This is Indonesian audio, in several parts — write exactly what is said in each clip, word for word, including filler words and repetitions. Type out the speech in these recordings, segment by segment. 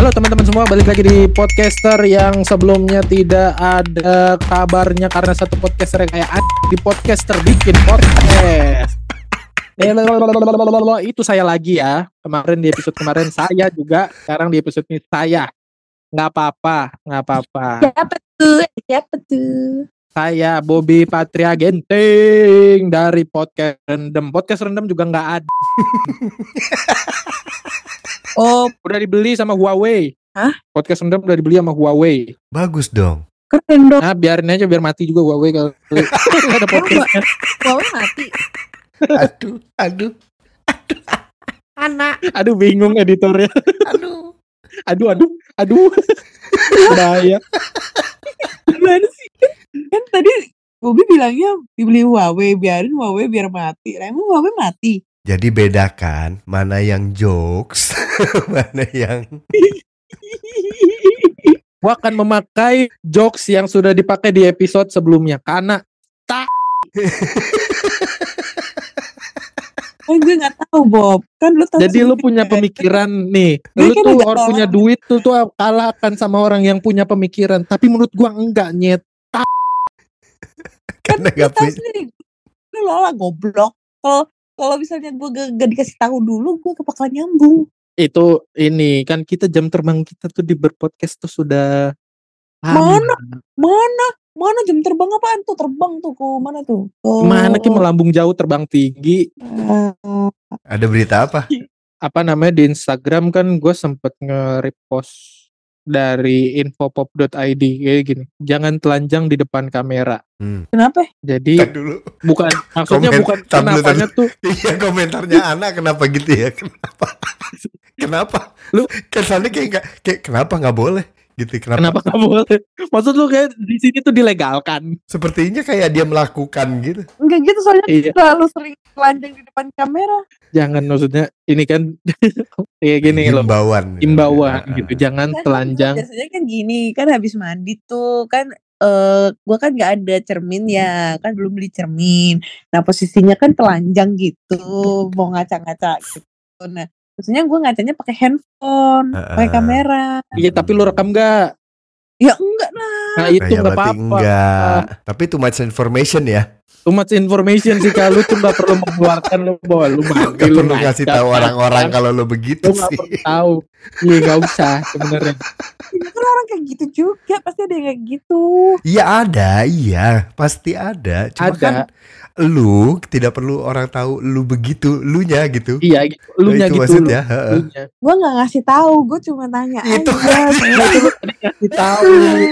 Halo teman-teman semua, balik lagi di podcaster yang sebelumnya tidak ada kabarnya karena satu podcaster kayak a- di podcaster bikin podcast. Itu saya lagi ya. Kemarin di episode kemarin saya juga, sekarang di episode ini saya. Nggak apa-apa, nggak apa-apa. Siapa tuh? Siapa tuh? Saya Bobby Patria Genting dari podcast Random. Podcast Random juga nggak ada. Oh, Udah dibeli sama Huawei. Hah? Podcast Random udah dibeli sama Huawei. Bagus dong. keren dong. Nah, biarin aja biar mati juga Huawei kalau nggak ada podcastnya. Huawei mati. Aduh, aduh, Anak. Aduh, bingung editornya. aduh. Aduh, aduh, aduh. Bahaya. Gimana sih? Kan tadi Bobby bilangnya dibeli Huawei, biarin Huawei biar mati. Lah, emang Huawei mati? Jadi bedakan mana yang jokes, mana yang Gua akan memakai jokes yang sudah dipakai di episode sebelumnya karena tak. Kan gue nggak tahu Bob. Kan lu tahu. Jadi lu punya pemikiran nih. Gue Lu kan tuh ada orang punya orang. duit tuh tuh kalahkan sama orang yang punya pemikiran. Tapi menurut gua enggak, nyet. Kan karena lu gak tahu punya. sendiri. Lu lola goblok. Kalau kalau misalnya gue gak, gak dikasih tahu dulu, gue kepakalan nyambung. Itu ini kan kita jam terbang kita tuh di berpodcast tuh sudah lama. Mana? Mana? Mana jam terbang apaan tuh? Terbang tuh ke mana tuh? Ke Mana ki melambung jauh terbang tinggi. eh, Ada berita apa? Apa namanya di Instagram kan gue sempet nge-repost dari infopop dot i d kayak gini. Jangan telanjang di depan kamera. Hmm. Kenapa? Jadi Tar dulu. bukan maksudnya Komen, bukan tar dulu, kenapanya tar tuh Iya, komentarnya anak kenapa gitu ya? Kenapa? Kenapa? Lu- kesannya kayak nggak kayak kenapa nggak boleh gitu? Kenapa? kenapa nggak boleh? Maksud lu kayak di sini tuh dilegalkan. Sepertinya kayak dia melakukan gitu. Enggak gitu soalnya Iya. terlalu sering telanjang di depan kamera. Jangan, maksudnya ini kan kayak gini loh. Himbauan. Imbauan Ah, gitu. Jangan Kan telanjang. biasanya kan gini, kan habis mandi tuh kan eh gua kan nggak ada cermin ya, kan belum beli cermin. Nah posisinya kan telanjang gitu, mau ngaca-ngaca gitu. Nah maksudnya gua ngacanya pakai handphone, Ah, pakai ah. kamera. Iya, tapi lu rekam gak? Ya enggak lah. Nah Nah, itu ya nggak berarti apa-apa. enggak. Tapi too much information ya. Too much information sih, kalau lu tuh nggak perlu mengeluarkan lu bahwa lu mandi, Gak lu perlu ngasih ngaca, tahu orang-orang kan. kalau lo begitu Lu nggak sih. perlu tahu. Iya, nggak usah sebenarnya. Ya, kan orang kayak gitu juga, pasti ada yang kayak gitu. Iya ada, iya pasti ada. Cuma Ada. kan lu tidak perlu orang tahu lu begitu, lu nya gitu. Iya, gitu. Lu nya Itu gitu lu. maksudnya, heeh. Lunya. Gua nggak ngasih tahu, gue cuma tanya Itu aja. Nah, itu lu tadi ngasih tahu.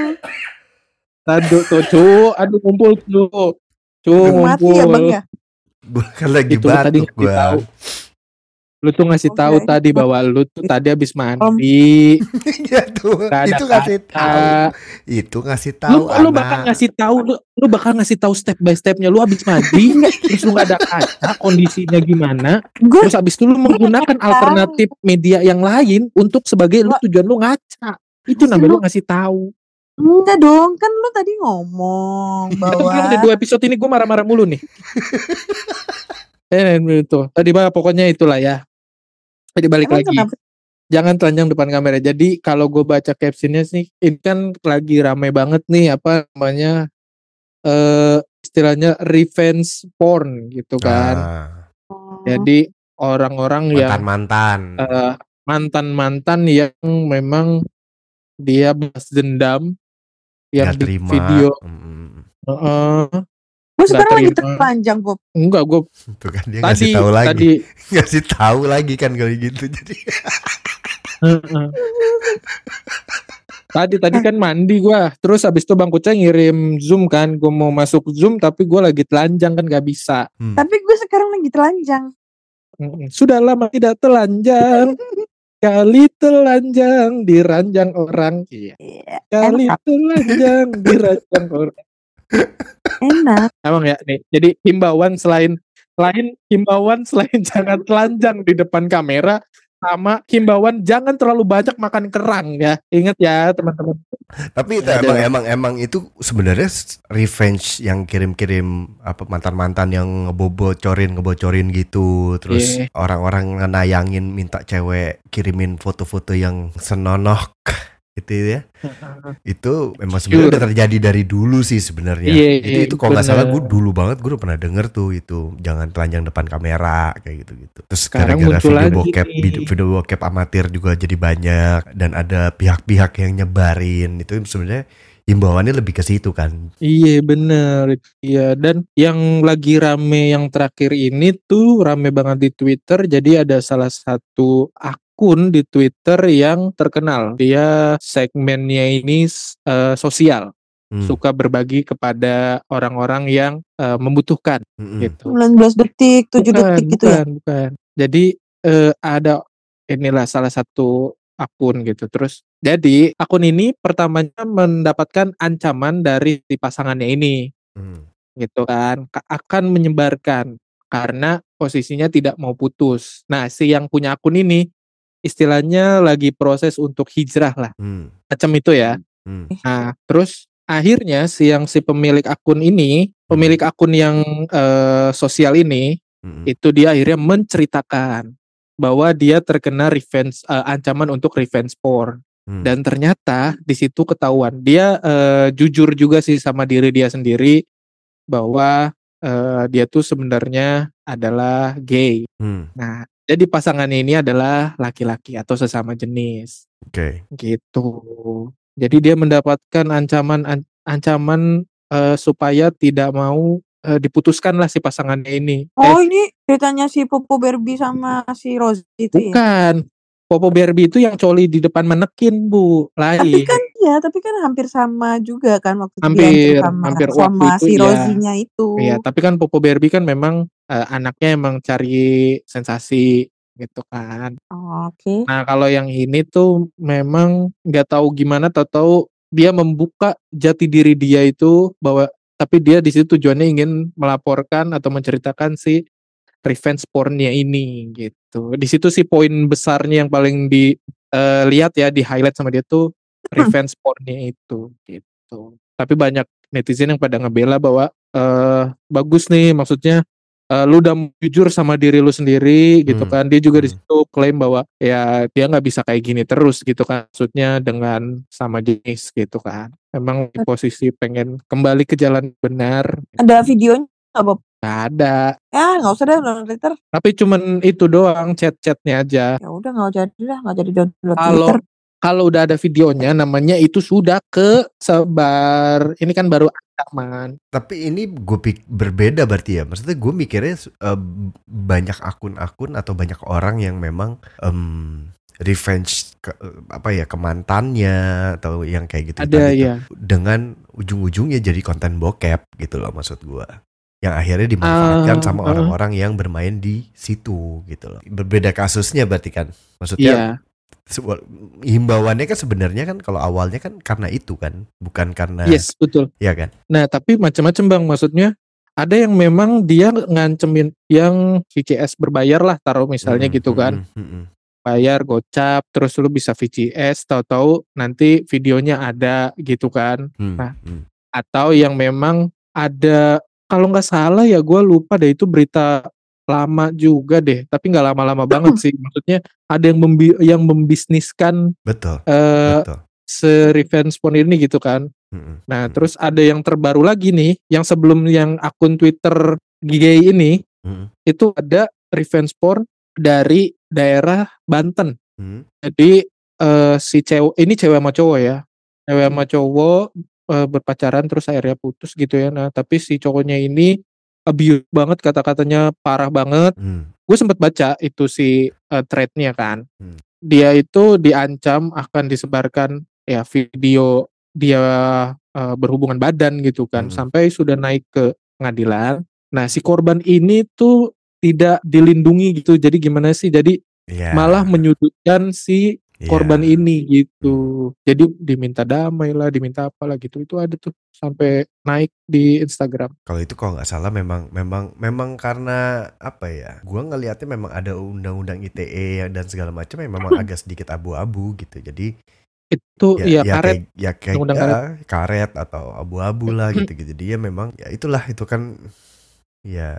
Aduh tuh, cu, aduh ngumpul cu, cu Mati ya bang ngumpul. ya. Gua kan lagi Itu lu tadi batuk ngasih tahu. gua. Lu tuh ngasih Oh, tahu kirain tadi itu. bahwa lu tuh tadi habis mandi, Iya tuh, gak ada itu ngasih tahu. kaca. Itu ngasih Lu, tahu lu bakal anak. ngasih tahu, lu, lu bakal ngasih tahu step by stepnya. Lu habis mandi, terus lu gak ada kaca, kondisinya gimana? Gue Terus habis itu lu menggunakan ngasih tahu. alternatif media yang lain untuk sebagai lu Gua- tujuan lu ngaca. Itu Masih namanya lu- lu ngasih tahu. enggak dong, kan lu tadi ngomong Kan bahwa ada dua episode ini gue marah-marah mulu nih. Eh, itu tadi bah pokoknya itulah ya. Jadi balik emang lagi. kenapa? Jangan telanjang depan kamera. Jadi kalau gue baca captionnya sih, ini kan lagi rame banget nih apa namanya eh istilahnya revenge porn gitu kan. Ah, Jadi orang-orang yang mantan-mantan. eh, mantan-mantan yang memang dia balas dendam yang Nggak di terima. video. Mm, eh, Gue sekarang lagi terima. telanjang Bob. enggak gue Tuh kan dia tadi ngasih tahu lagi. tadi Ngasih tahu lagi kan kalau gitu. Jadi Heeh. Tadi tadi kan mandi gua, terus habis itu Bang Kucai ngirim Zoom kan, gua mau masuk Zoom tapi gua lagi telanjang kan gak bisa. hmm. Tapi gue sekarang lagi telanjang. Mm-mm. Sudah lama tidak telanjang, kali telanjang diranjang orang, iya. Iya, Kali enak. telanjang diranjang orang. Enak. Emang ya nih. Jadi himbauan selain selain himbauan selain jangan telanjang di depan kamera, Sama himbauan jangan terlalu banyak makan kerang ya. Ingat ya teman-teman. Tapi itu Ada. emang emang emang itu sebenarnya s- revenge yang kirim-kirim apa mantan-mantan yang ngebocorin ngebocorin gitu, terus Iya. orang-orang ngenayangin minta cewek kirimin foto-foto yang senonok gitu ya. Itu memang sebenarnya Jujur. udah terjadi dari dulu sih sebenarnya. Iya, itu iya, itu kalau nggak salah gue bener. dulu banget gue udah pernah denger tuh itu jangan telanjang depan kamera kayak gitu-gitu. Terus Sekarang gara-gara muncul video lagi bokep nih. video, video bokep amatir juga jadi banyak dan ada pihak-pihak yang nyebarin itu sebenarnya himbauannya lebih ke situ kan. Iya bener. Iya, dan yang lagi rame yang terakhir ini tuh rame banget di Twitter. Jadi ada salah satu akun di Twitter yang terkenal. Dia segmennya ini eh, sosial, Hmm. suka berbagi kepada orang-orang yang eh, membutuhkan Mm-mm. gitu. sembilan belas detik, tujuh Bukan, detik gitu ya. bukan, bukan. Jadi eh, ada inilah salah satu akun gitu. Terus jadi akun ini pertamanya mendapatkan ancaman dari si pasangannya ini Hmm. gitu kan. Ka- akan menyebarkan karena posisinya tidak mau putus. Nah, si yang punya akun ini istilahnya lagi proses untuk hijrah lah. Hmm. Macam itu ya. Hmm. Nah, terus akhirnya si yang si pemilik akun ini, Hmm. pemilik akun yang eh, sosial ini Hmm. itu dia akhirnya menceritakan bahwa dia terkena revenge eh, ancaman untuk revenge porn. Hmm. Dan ternyata di situ ketahuan dia eh, jujur juga sih sama diri dia sendiri bahwa eh, dia tuh sebenarnya adalah gay. Hmm. Nah, jadi pasangannya ini adalah laki-laki atau sesama jenis Oke. gitu. Jadi dia mendapatkan ancaman an- ancaman eh, supaya tidak mau eh, diputuskan lah si pasangannya ini. Eh, Oh ini ceritanya si Popo Barbie sama si Rose itu ya. bukan. Popo Barbie itu yang coli di depan manekin, Bu. Tapi Lain. kan ya, tapi kan hampir sama juga kan waktu Hampir, diancam sama hampir sama waktu itu si iya. Rosie-nya itu. Iya, tapi kan Popo Barbie kan memang eh, anaknya emang cari sensasi gitu kan. Oh, Oke. Nah, kalau yang ini tuh memang nggak tahu gimana, tahu-tahu dia membuka jati diri dia itu bahwa tapi dia di situ tujuannya ingin melaporkan atau menceritakan si revenge porn-nya ini gitu. Di situ sih poin besarnya yang paling dilihat ya, di highlight sama dia tuh revenge porn-nya itu gitu. Tapi banyak netizen yang pada ngebela bahwa eh bagus nih, maksudnya eh, lu udah jujur sama diri lu sendiri gitu Hmm. kan. Dia juga di Hmm. situ klaim bahwa ya dia nggak bisa kayak gini terus gitu kan. Maksudnya dengan sama jenis gitu kan. Emang di posisi pengen kembali ke jalan benar. Ada videonya nggak Bob? Gak ada. Ya nggak usah deh download Twitter. Tapi cuman itu doang, chat-chatnya aja. Ya udah nggak jadi lah, nggak jadi download Kalau Twitter. kalau udah ada videonya, namanya itu sudah ke sebar. Ini kan baru ancaman. Tapi ini gue pik berbeda berarti ya. Maksudnya gue mikirnya eh, banyak akun-akun atau banyak orang yang memang em, revenge ke, apa ya ke mantannya atau yang kayak gitu Ada tadi ya. tuh, dengan ujung-ujungnya jadi konten bokep gitu loh maksud gue. Yang akhirnya dimanfaatkan Ah, sama ah. orang-orang yang bermain di situ gitu loh. Berbeda kasusnya berarti kan. Maksudnya Iya. sebuah- himbauannya kan sebenarnya kan kalau awalnya kan karena itu kan, bukan karena Yes, betul. ya kan. Nah, tapi macam-macam Bang, maksudnya ada yang memang dia ngancemin yang V C S berbayar lah, taruh misalnya Mm-mm, gitu kan. mm-mm, mm-mm. Bayar gocap, terus lu bisa V C S, tahu-tahu nanti videonya ada gitu kan. Hmm, Nah, hmm. atau yang memang ada, kalau nggak salah ya gue lupa deh, itu berita lama juga deh, tapi nggak lama-lama banget sih. Maksudnya ada yang membi yang membisniskan Betul, eh betul. se-revenge porn ini gitu kan. Mm-mm, Nah, mm-mm, terus ada yang terbaru lagi nih, yang sebelum yang akun Twitter gay ini, mm-mm, itu ada revenge porn dari daerah Banten. mm-mm, Jadi eh, si cewek ini cewek sama cowok ya, cewek sama cowok eh, berpacaran terus akhirnya putus gitu ya. Nah, tapi si cowoknya ini abuse banget, kata-katanya parah banget. mm, Gue sempat baca itu si eh, thread-nya kan. Hmm. Dia itu diancam akan disebarkan ya video dia eh, berhubungan badan gitu kan, Hmm. sampai sudah naik ke pengadilan. Nah, si korban ini tuh tidak dilindungi gitu. Jadi gimana sih? Jadi Iya. malah menyudutkan si korban Iya. ini Hmm. gitu. Jadi diminta damai lah, diminta apalah gitu. Itu ada tuh sampai naik di Instagram. Kalau itu kalau nggak salah memang memang memang karena apa ya? Gua ngelihatnya memang ada undang-undang I T E dan segala macam yang memang agak sedikit abu-abu gitu. Jadi Itu ya ya ya karet, kayak ya kayak undang-undang ya, karet. karet atau abu-abu lah gitu-gitu. Dia memang ya itulah itu kan ya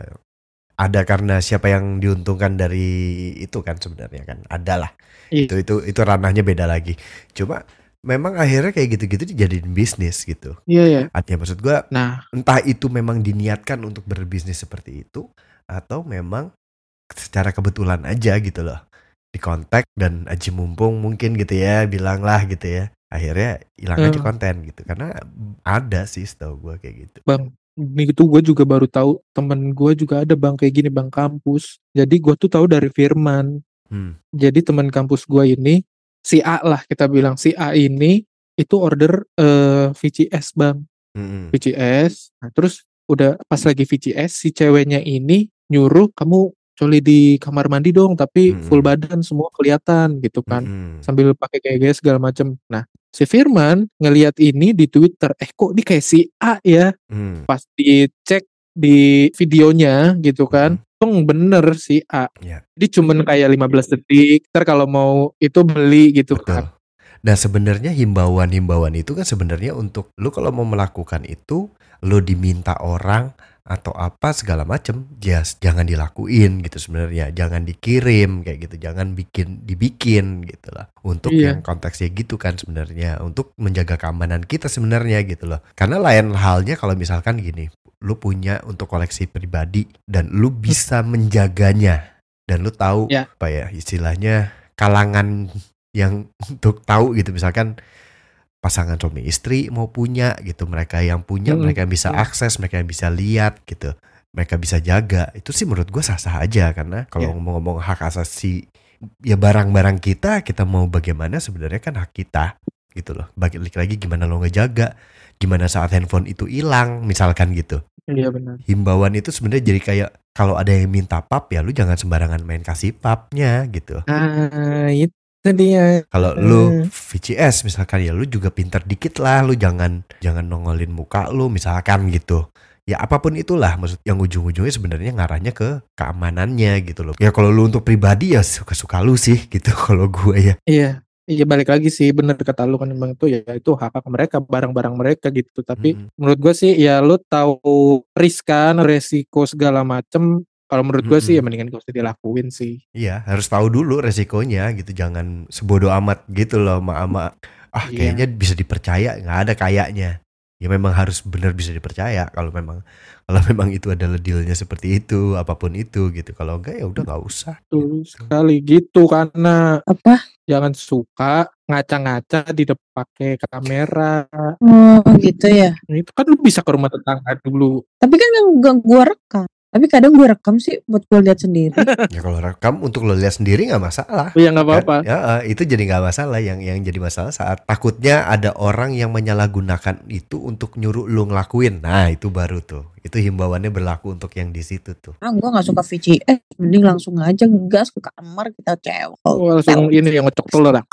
ada karena siapa yang diuntungkan dari itu kan sebenarnya kan ada lah. Iya. Itu itu itu ranahnya beda lagi. Cuma memang akhirnya kayak gitu-gitu dijadiin bisnis gitu. Iya ya. Artinya maksud gua Nah, entah itu memang diniatkan untuk berbisnis seperti itu atau memang secara kebetulan aja gitu loh. Dikontak dan aji mumpung mungkin gitu ya, bilang lah gitu ya. Akhirnya hilang aja eh, konten gitu. Karena ada sih setahu gua kayak gitu. Bang, ini tuh gue juga baru tahu, temen gue juga ada bang kayak gini, bang kampus. Jadi gue tuh tahu dari Firman. Hmm. Jadi teman kampus gue ini, si A lah kita bilang, si A ini itu order eh, V C S bang, Mm-mm. V C S. Nah, terus udah pas lagi V C S, si ceweknya ini nyuruh kamu coli di kamar mandi dong, tapi full Mm-mm. badan semua kelihatan gitu kan, Mm-mm. sambil pakai gaya-gaya segala macem. Nah, si Firman ngelihat ini di Twitter, eh kok ini kayak si A ya? Mm. Pas dicek di videonya gitu kan, Mm-mm. Tung bener si A. Ya, Jadi cuman kayak lima belas detik, ntar kalau mau itu beli gitu betul. kan. Nah sebenarnya himbauan-himbauan itu kan sebenarnya untuk lu kalau mau melakukan itu, lu diminta orang atau apa segala macem, just jangan dilakuin gitu sebenarnya, jangan dikirim kayak gitu, jangan bikin dibikin gitu lah. Untuk yang Iya, konteksnya gitu kan sebenarnya, untuk menjaga keamanan kita sebenarnya gitu loh. Karena lain halnya kalau misalkan gini, lu punya untuk koleksi pribadi dan lu bisa menjaganya dan lu tahu ya, apa ya istilahnya kalangan yang untuk tahu gitu misalkan pasangan suami istri mau punya gitu, mereka yang punya, mm-mm, mereka yang bisa ya, akses, mereka yang bisa lihat gitu, mereka bisa jaga, itu sih menurut gue sah-sah aja. Karena kalau ya, ngomong-ngomong hak asasi ya barang-barang kita, kita mau bagaimana sebenarnya kan hak kita gitu loh. Balik lagi gimana lo ngejaga, gimana saat handphone itu hilang misalkan gitu. iya benar. Himbauan itu sebenarnya jadi kayak kalau ada yang minta pap ya lu jangan sembarangan main kasih papnya gitu. Ah, itu dia. Kalau lu V C S misalkan ya lu juga pinter dikit lah, lu jangan jangan nongolin muka lu misalkan gitu. Ya apapun itulah maksud yang ujung-ujungnya sebenarnya ngarahnya ke keamanannya gitu loh. Ya kalau lu untuk pribadi ya suka-suka lu sih gitu kalau gue ya. Iya, iya balik lagi sih, bener kata lu kan emang itu ya itu hak hak mereka, barang-barang mereka gitu. Tapi Mm-mm. menurut gue sih ya lu tahu riskan, resiko segala macem. Kalau menurut gue sih ya Mm-mm. mendingan gak usah dilakuin sih. Iya harus tahu dulu resikonya gitu, jangan sebodoh amat gitu loh sama ah Iya, kayaknya bisa dipercaya, nggak ada kayaknya. Ya memang harus benar bisa dipercaya kalau memang kalau memang itu adalah dealnya seperti itu apapun itu gitu. Kalau enggak ya udah nggak usah betul gitu. sekali gitu karena Apa? jangan suka ngaca-ngaca di depan pakai kamera. Oh gitu ya. Itu kan lu bisa ke rumah tetangga dulu. Tapi kan gak gue rekam. Tapi kadang gue rekam sih buat gue lihat sendiri. Ya kalau rekam untuk lo lihat sendiri nggak masalah. Ya nggak Kan? apa-apa. Ya eh, itu jadi nggak masalah. Yang yang jadi masalah saat takutnya ada orang yang menyalahgunakan itu untuk nyuruh lo ngelakuin. Nah itu baru tuh. Itu himbauannya berlaku untuk yang di situ tuh. Ah, gue nggak suka V C S. Mending langsung aja gas ke kamar kita cewek. Oh, langsung ini yang ngecok telur lah.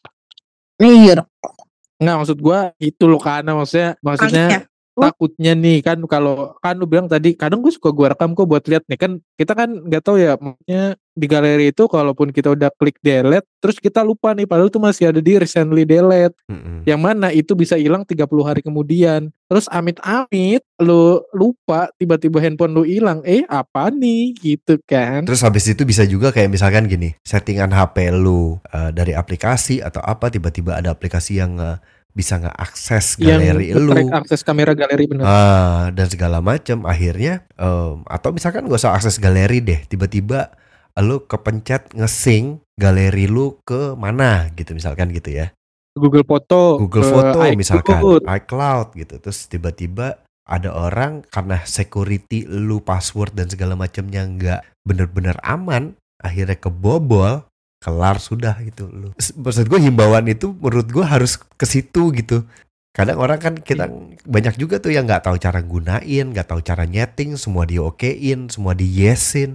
Iya. Nggak, maksud gua itu loh karena maksudnya maksudnya Makanya. takutnya nih kan kalau kan lu bilang tadi kadang gue suka gua rekam kok buat lihat nih kan kita kan nggak tahu ya maksudnya di galeri itu kalaupun kita udah klik delete terus kita lupa nih padahal tuh masih ada di recently delete Mm-mm. yang mana itu bisa hilang tiga puluh hari kemudian terus amit-amit lu lupa tiba-tiba handphone lu hilang eh apa nih gitu kan. Terus habis itu bisa juga kayak misalkan gini, settingan H P lu uh, dari aplikasi atau apa tiba-tiba ada aplikasi yang uh, bisa nggak akses galeri Yang lu. track akses kamera galeri bener. Ah, dan segala macam akhirnya um, atau misalkan gak usah akses galeri deh, tiba-tiba lu kepencet nge-sync galeri lu ke mana gitu misalkan gitu ya. Google Foto, Google ke Foto iCloud. misalkan, iCloud gitu. Terus tiba-tiba ada orang karena security lu password dan segala macamnya nggak bener-bener aman, akhirnya kebobol, kelar sudah gitu lu. Maksud gue himbauan itu menurut gue harus ke situ gitu. Kadang orang kan kita banyak juga tuh yang nggak tahu cara gunain, nggak tahu cara nyeting, semua di okein, semua di yesin,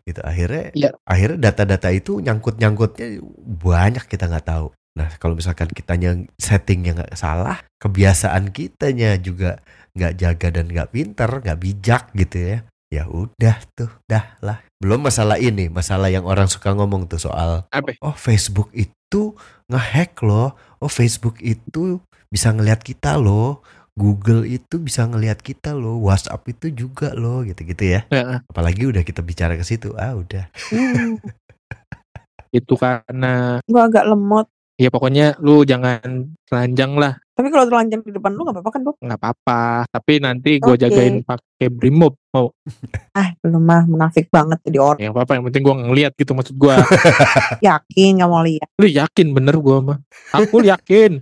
gitu. Akhirnya Iya. akhirnya data-data itu nyangkut-nyangkutnya banyak kita nggak tahu. Nah kalau misalkan kitanya settingnya nggak salah, kebiasaan kitanya juga nggak jaga dan nggak pinter, nggak bijak gitu ya, ya udah tuh, dah lah. Belum masalah ini, masalah yang orang suka ngomong tuh soal, Apa? oh Facebook itu ngehack loh, oh Facebook itu bisa ngelihat kita loh, Google itu bisa ngelihat kita loh, WhatsApp itu juga loh, gitu-gitu ya. Ya, Apalagi udah kita bicara ke situ, ah udah. Hmm, itu karena gue agak lemot. ya pokoknya lu jangan telanjang lah, Tapi kalau telanjang di depan lu nggak apa-apa kan, Bob? nggak apa-apa. Tapi nanti gue Oke. jagain pakai brimob mau. Ah, belum mah munafik banget jadi orang. Ya apa-apa, yang penting gue ngeliat gitu maksud gue. Yakin nggak mau lihat? Lu yakin bener gue mah? Aku yakin.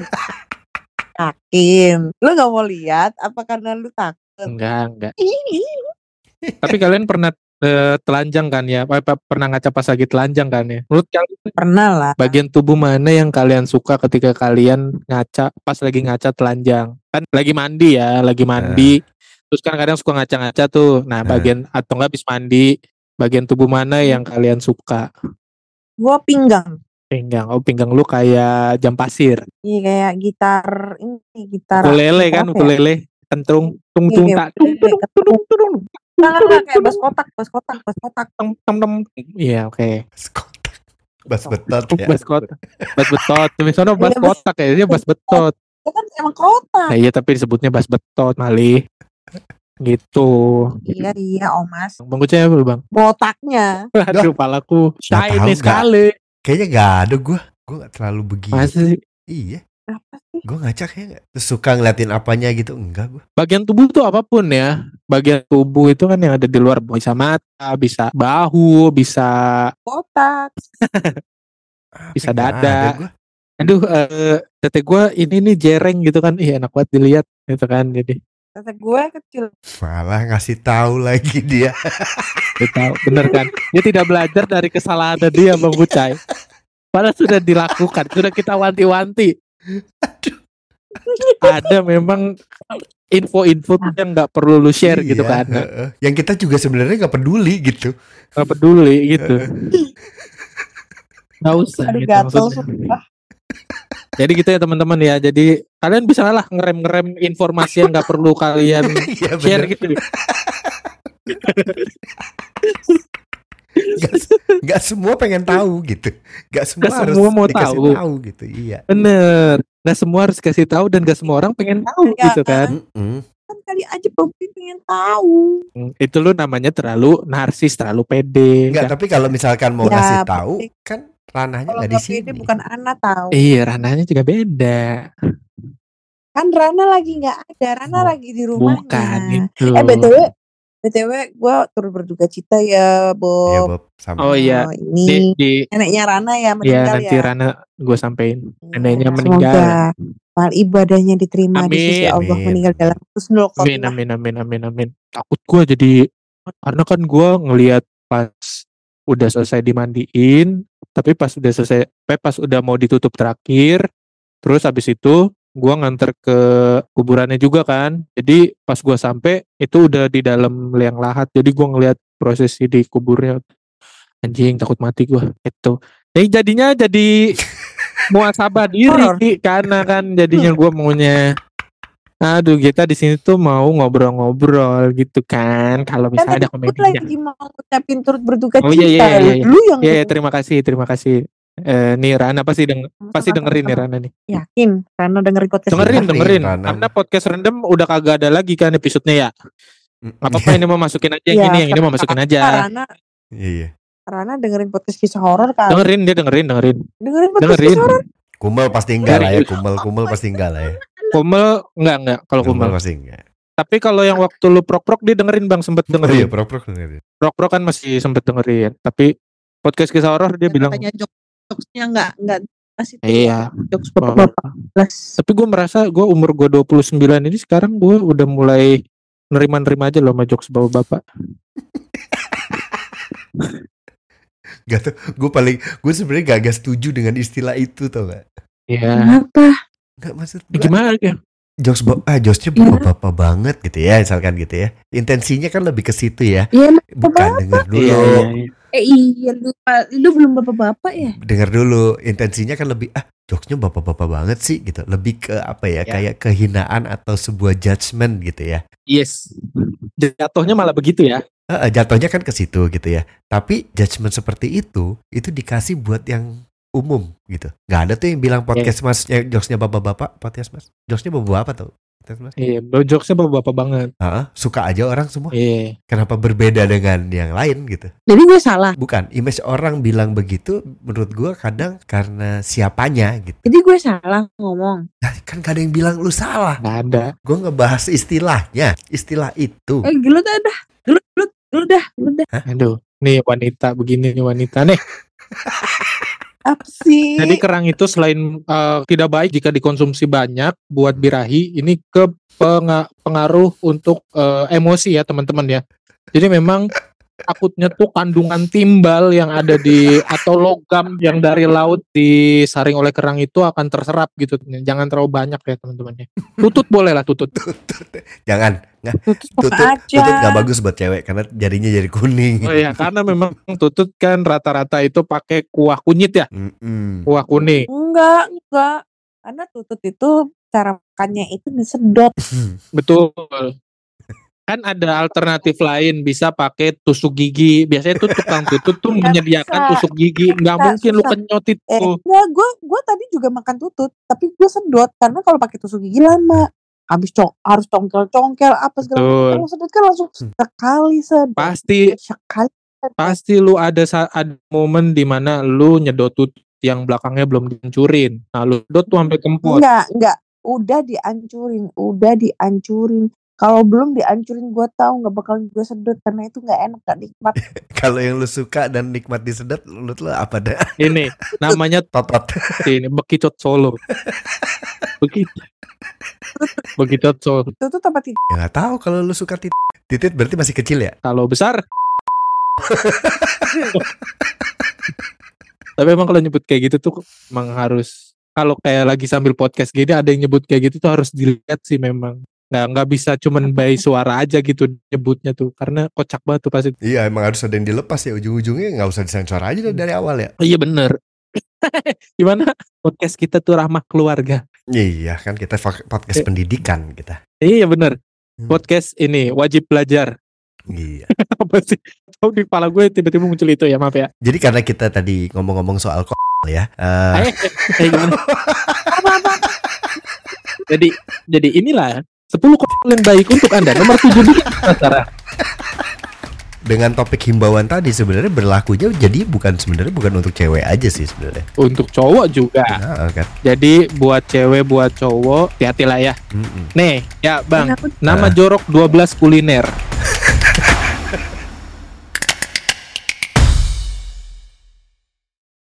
Yakin. Lu nggak mau lihat? Apa karena lu takut? Enggak, enggak. Tapi kalian pernah eh, telanjang kan ya? Apa, apa- pernah ngaca pas lagi telanjang kan ya? Menurut kalian Pernah lah. bagian tubuh mana yang kalian suka ketika kalian ngaca pas lagi ngaca telanjang? Kan lagi mandi ya, lagi mandi. Terus kan kadang suka ngaca-ngaca tuh. Nah, Eh. bagian atau enggak habis mandi, bagian tubuh mana yang kalian suka? Gua pinggang. Pinggang. Oh, pinggang lu kayak jam pasir. Iya kayak gitar ini gitar. Ukulele gitar kan, apa ya? ukulele. Kentung, tung Iya, tung kayak tak, tung ukulele, tung kentung. tung tung Nggak, nggak, nggak, kayak bas kotak, bas kotak, bas kotak. tem tem tem. Iya, oke. Bas kotak, bas betot ya. Bas kotak. Bas betot. Misalnya bas Iya, bas- kotak ya, dia bas betot. Itu kan emang kotak. Nah, iya tapi disebutnya bas betot malih. Gitu. Iya, iya, Omas. Bang Kucai apa lu, Bang? Botaknya. Aduh, palaku Nggak tahu, shiny nggak. sekali. Kayaknya gak ada gue, gue gak terlalu begitu. Masa sih? Iya, Apa sih? gue ngaca kayak gak. Terus suka ngeliatin apanya gitu, enggak gue. Bagian tubuh tuh apapun ya. Bagian tubuh itu kan yang ada di luar, bisa mata, bisa bahu, bisa Botak. Bisa Nggak dada. ada gue. aduh eh tete gue ini nih jereng gitu kan. Ih, enak banget dilihat gitu kan. Jadi Tete gue kecil. Malah ngasih tahu lagi dia. dia tahu bener kan. Dia tidak belajar dari kesalahan dia, Bang Kucai. Padahal sudah dilakukan, sudah kita wanti-wanti. Ada memang info-info tuh yang nggak perlu lu share gitu Iya, kan. heeh. Yang kita juga sebenarnya gak peduli gitu. Nggak peduli gitu. Nggak usah Aduh gitu gatel maksudnya. sumpah. Jadi gitu ya teman-teman ya. Jadi kalian bisa lah ngerem-ngerem informasi yang nggak perlu kalian Iya share bener. gitu. Gak, gak semua pengen tahu gitu. Gak semua Gak harus semua mau dikasih tahu. tahu gitu. Iya. Bener. Nggak semua harus kasih tahu dan gak semua orang pengen tahu Ya, gitu kan. Mm-mm. Kan kali aja Bobby pengen tahu. Hmm, Itu lu namanya terlalu narsis, terlalu pede. Enggak, Nggak- tapi kalau misalkan mau Ya, ngasih tahu pasti. kan ranahnya Kalau nggak di nggak pede sini. bukan Ana tahu. Iya, ranahnya juga beda. Kan Rana lagi nggak ada. Rana Bu- lagi di rumahnya. Bukan itu. Eh btw, btw gue turut berduka cita ya Bob. Iya Bob, sama. Oh iya. Oh, Di, ini di neneknya Rana ya ya meninggal nanti ya. Rana gue sampein. Iya, Neneknya semoga meninggal. amal ibadahnya diterima di sisi Amin. Allah, Amin. meninggal dalam husnul Amin, khotimah. amin, amin, amin, amin. Takut gue jadi, karena kan gue ngelihat pas udah selesai dimandiin, tapi pas udah selesai, eh, pas udah mau ditutup terakhir, terus habis itu gue nganter ke kuburannya juga kan. Jadi pas gue sampai itu udah di dalam liang lahat. Jadi gue ngelihat prosesi di kuburnya. Anjing, takut mati gue. Itu. Jadi jadinya jadi muasabah Horor. diri karena kan jadinya gue maunya, aduh kita di sini tuh mau ngobrol-ngobrol gitu kan. Kalau Kan misalnya ada tadi gue komedinya. lagi mau ngucapin turut berduka Oh cita. iya iya iya. iya. Lu yang Iya, iya, terima kasih, terima kasih. Eh, nih Rana pasti deng pasti dengerin nih Rana nih. yakin Rana dengerin podcast Dengerin, kita. dengerin. Rana. Karena podcast random udah kagak ada lagi kan episodenya ya. Gak apa-apa ini mau masukin aja yang Iya, ini, yang ini mau masukin aja. Rana Iya iya. Rana dengerin podcast kisah horor kan. Dengerin dia dengerin, dengerin. Dengerin podcast Dengerin. kisah horor. Kumel pasti enggak lah ya, Serius. kumel kumel pasti enggak lah ya. Kumel enggak enggak kalau Kumel kumel. pasti enggak. Tapi kalau yang waktu lu prok-prok dia dengerin Bang, sempet Oh iya, dengerin. prok-prok dengerin. Prok-prok kan masih sempet dengerin. Tapi podcast kisah horor dia Dan bilang katanya jok jokesnya enggak enggak kasih tahu. iya. Jokes Oh. bapak-bapak. Plus. Tapi gue merasa gue umur gue dua puluh sembilan ini sekarang gue udah mulai nerima-nerima aja loh sama jokes bapak-bapak. Gak tau, gue paling gue sebenarnya gak, gak setuju dengan istilah itu tau gak? Iya. Kenapa? Gak maksud Ya gue. gimana ya? jokes ba- ah jokesnya Iya. bapak-bapak banget gitu ya, misalkan gitu ya. Intensinya kan lebih ke situ ya. Iya, emang Bukan bapak. denger dulu. Iya, iya, iya. Eh iya lu, lu belum bapak-bapak ya? Dengar dulu, intensinya kan lebih ah jokesnya bapak-bapak banget sih gitu. Lebih ke apa ya, Ya. kayak kehinaan atau sebuah judgement gitu ya. Yes. Jatuhnya malah begitu ya. Eh, eh, jatuhnya kan ke situ gitu ya. Tapi judgement seperti itu itu dikasih buat yang umum gitu. Nggak ada tuh yang bilang podcast mas, ya, jokesnya bapak-bapak podcast mas. Jokesnya bapak-bapak tuh. Podcast mas. Iya, jokesnya bapak-bapak banget. Heeh, suka aja orang semua. Iya. Kenapa berbeda dengan yang lain gitu? Jadi gue salah. Bukan, image orang bilang begitu menurut gue kadang karena siapanya gitu. Jadi gue salah ngomong. Nah, kan gak ada yang bilang lu salah. Nggak ada. Gue ngebahas istilahnya, istilah itu. Eh gelut dah dah. Gelut, gelut, gelut dah, gelut dah. Aduh, nih wanita begini nih wanita nih. Apa sih? Jadi kerang itu selain eh, tidak baik jika dikonsumsi banyak buat birahi, ini ke penga- pengaruh untuk eh, emosi ya teman-teman ya. Jadi memang takutnya tuh kandungan timbal yang ada di atau logam yang dari laut disaring oleh kerang itu akan terserap gitu. Jangan terlalu banyak ya teman-teman ya. Tutut boleh lah tutut. Jangan, nggak, Tutut tutut, aja. tutut gak bagus buat cewek karena jadinya jadi kuning. Oh iya, karena memang tutut kan rata-rata itu pakai kuah kunyit ya, Mm-mm. kuah kuning. Enggak, enggak. Karena tutut itu cara makannya itu disedot. Betul. Kan ada alternatif lain, bisa pakai tusuk gigi. Biasanya tuh tukang tutut tuh Nggak menyediakan bisa. tusuk gigi. Nggak Nggak, mungkin lu susah. kenyot Eh, itu. enggak, gue gue tadi juga makan tutut, tapi gue sedot karena kalau pakai tusuk gigi lama. Habis cong harus congkel-congkel apa segala macam. Betul. Kalau sedot kan langsung sekali sedot. Pasti Sekali sedot. pasti lu ada sa- ada momen di mana lu nyedot tutut yang belakangnya belum dihancurin. Nah, lu sedot tuh sampai kempot. Enggak, enggak. Udah dihancurin, udah dihancurin. Kalau belum dihancurin gue tahu nggak bakal gue sedot karena itu nggak enak, nggak nikmat. Kalau yang lu suka dan nikmat disedot, menurut lu apa dah? Ini namanya Totot. ini bekicot Solo. Begitu. Bekicot Solo. Tutut apa tidak? Ya nggak tahu kalau lu suka titit. Titit berarti masih kecil ya? Kalau besar. Tapi emang kalau nyebut kayak gitu tuh emang harus, kalau kayak lagi sambil podcast gini ada yang nyebut kayak gitu tuh harus dilihat sih memang. Nggak nggak bisa cuman by suara aja gitu nyebutnya tuh, karena kocak banget tuh pasti. Iya, emang harus ada yang dilepas ya, ujung-ujungnya nggak usah disensor aja dari- dari awal ya. Oh, iya bener. Gimana podcast kita tuh ramah keluarga. Iya kan kita fo- podcast Eh. pendidikan kita. Iya bener. Hmm. Podcast ini wajib belajar. Iya. Apa sih? Tahu di kepala gue tiba-tiba muncul itu ya, maaf ya. Jadi karena kita tadi ngomong-ngomong soal kok ya. eh, Eh, eh, gimana? Jadi jadi inilah sepuluh kol yang baik untuk Anda. Nomor tujuh di Sarah. dengan topik himbauan tadi sebenarnya berlakunya jadi bukan sebenarnya bukan untuk cewek aja sih sebenarnya. Untuk cowok juga. Nah, kan. Jadi buat cewek, buat cowok, hati-hatilah ya. Mm-mm. Nih, ya Bang, Aku nama Ah. jorok dua belas kuliner.